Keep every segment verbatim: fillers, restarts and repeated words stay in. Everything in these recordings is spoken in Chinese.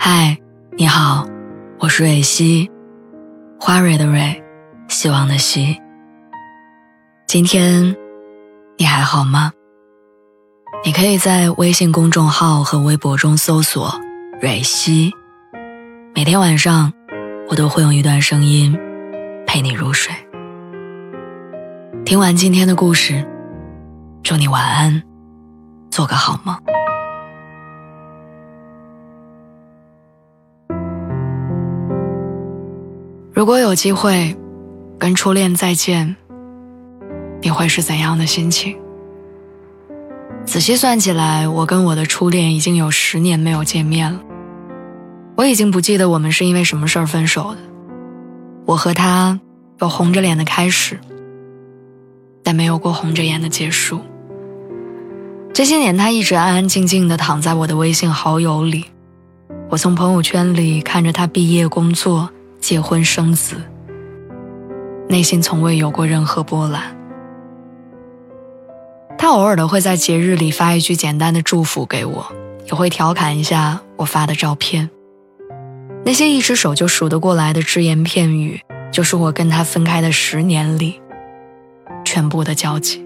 嗨，你好，我是蕊希，花蕊的蕊，希望的希。今天你还好吗？你可以在微信公众号和微博中搜索蕊希，每天晚上我都会用一段声音陪你入睡。听完今天的故事，祝你晚安，做个好梦。如果有机会跟初恋再见，你会是怎样的心情？仔细算起来，我跟我的初恋已经有十年没有见面了。我已经不记得我们是因为什么事儿分手的。我和他有红着脸的开始，但没有过红着眼的结束。这些年他一直安安静静地躺在我的微信好友里，我从朋友圈里看着他毕业工作结婚生子，内心从未有过任何波澜。他偶尔的会在节日里发一句简单的祝福给我，也会调侃一下我发的照片。那些一只手就数得过来的只言片语，就是我跟他分开的十年里全部的交集。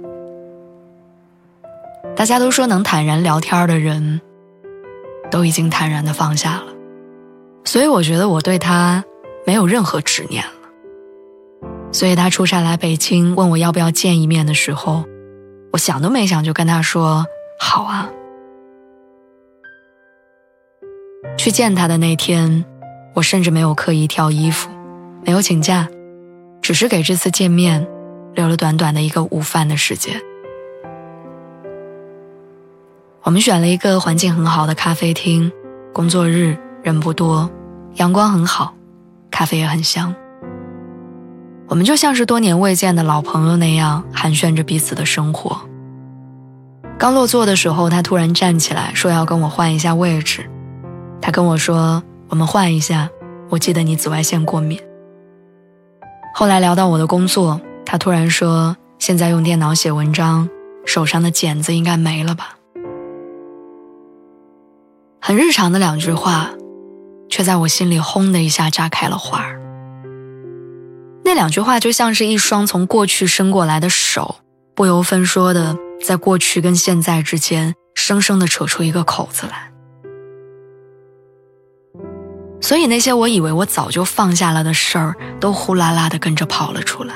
大家都说能坦然聊天的人都已经坦然地放下了，所以我觉得我对他没有任何执念了。所以他出差来北京问我要不要见一面的时候，我想都没想就跟他说好啊。去见他的那天，我甚至没有刻意挑衣服，没有请假，只是给这次见面留了短短的一个午饭的时间。我们选了一个环境很好的咖啡厅，工作日人不多，阳光很好，咖啡也很香。我们就像是多年未见的老朋友那样寒暄着彼此的生活。刚落座的时候，他突然站起来说要跟我换一下位置。他跟我说我们换一下，我记得你紫外线过敏。后来聊到我的工作，他突然说现在用电脑写文章，手上的茧子应该没了吧。很日常的两句话，却在我心里轰的一下炸开了花儿。那两句话就像是一双从过去伸过来的手，不由分说的在过去跟现在之间生生地扯出一个口子来。所以那些我以为我早就放下了的事儿，都呼啦啦地跟着跑了出来。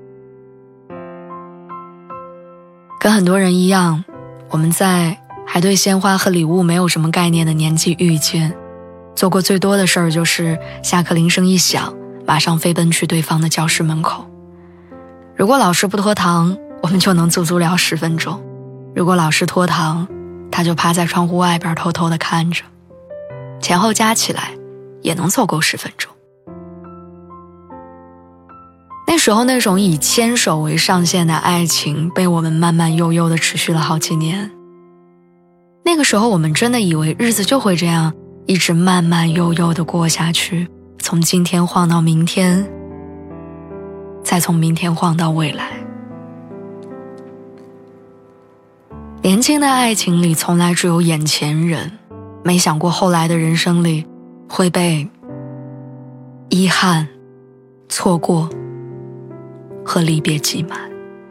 跟很多人一样，我们在还对鲜花和礼物没有什么概念的年纪遇见，做过最多的事儿就是下课铃声一响，马上飞奔去对方的教室门口。如果老师不拖堂，我们就能足足聊十分钟；如果老师拖堂，他就趴在窗户外边偷偷地看着，前后加起来也能凑够十分钟。那时候那种以牵手为上限的爱情被我们慢慢悠悠地持续了好几年。那个时候我们真的以为日子就会这样一直慢慢悠悠地过下去，从今天晃到明天，再从明天晃到未来。年轻的爱情里从来只有眼前人，没想过后来的人生里会被遗憾、错过和离别挤满。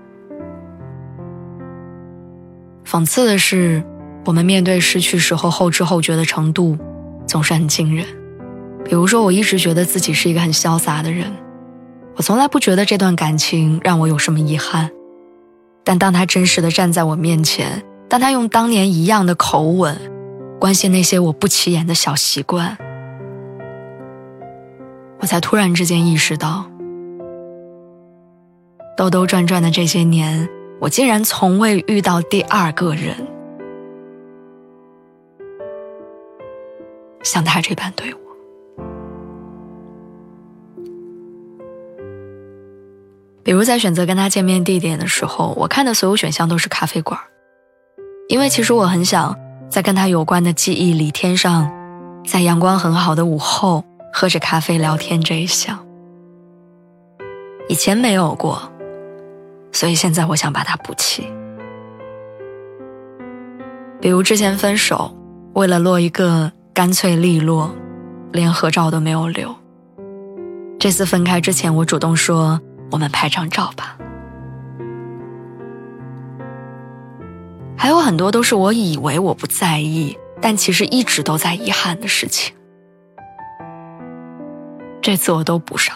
讽刺的是，我们面对失去时候后知后觉的程度总是很惊人。比如说，我一直觉得自己是一个很潇洒的人，我从来不觉得这段感情让我有什么遗憾。但当他真实地站在我面前，当他用当年一样的口吻关心那些我不起眼的小习惯，我才突然之间意识到，兜兜转转的这些年，我竟然从未遇到第二个人像他这般对我。比如在选择跟他见面地点的时候，我看的所有选项都是咖啡馆，因为其实我很想在跟他有关的记忆里添上在阳光很好的午后喝着咖啡聊天这一项。以前没有过，所以现在我想把它补齐。比如之前分手，为了落一个干脆利落， 连合照都没有留。这次分开之前，我主动说我们拍张照吧。还有很多都是我以为我不在意，但其实一直都在遗憾的事情，这次我都补上。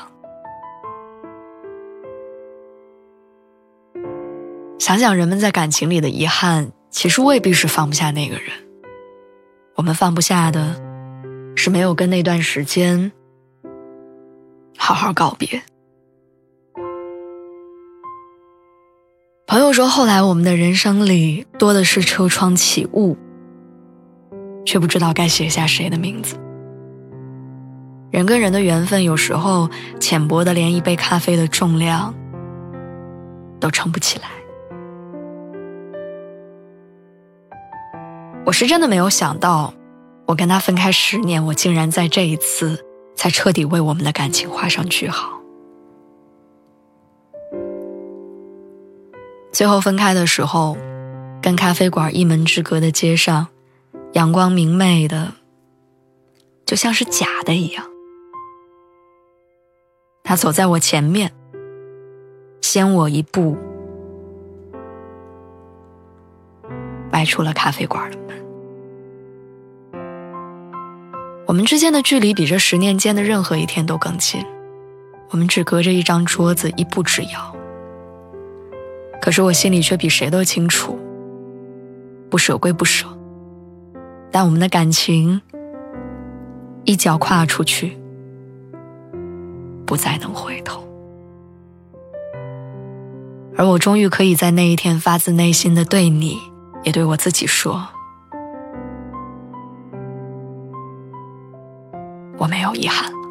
想想人们在感情里的遗憾，其实未必是放不下那个人，我们放不下的是没有跟那段时间好好告别。朋友说，后来我们的人生里多的是车窗起雾，却不知道该写下谁的名字。人跟人的缘分有时候浅薄的连一杯咖啡的重量都撑不起来。我是真的没有想到，我跟他分开十年，我竟然在这一次才彻底为我们的感情画上句号。最后分开的时候，跟咖啡馆一门之隔的街上，阳光明媚的就像是假的一样。他走在我前面，先我一步迈出了咖啡馆的门。我们之间的距离比这十年间的任何一天都更近，我们只隔着一张桌子，一步之遥。可是我心里却比谁都清楚，不舍归不舍，但我们的感情一脚跨出去，不再能回头。而我终于可以在那一天发自内心的对你，也对我自己说，我没有遗憾。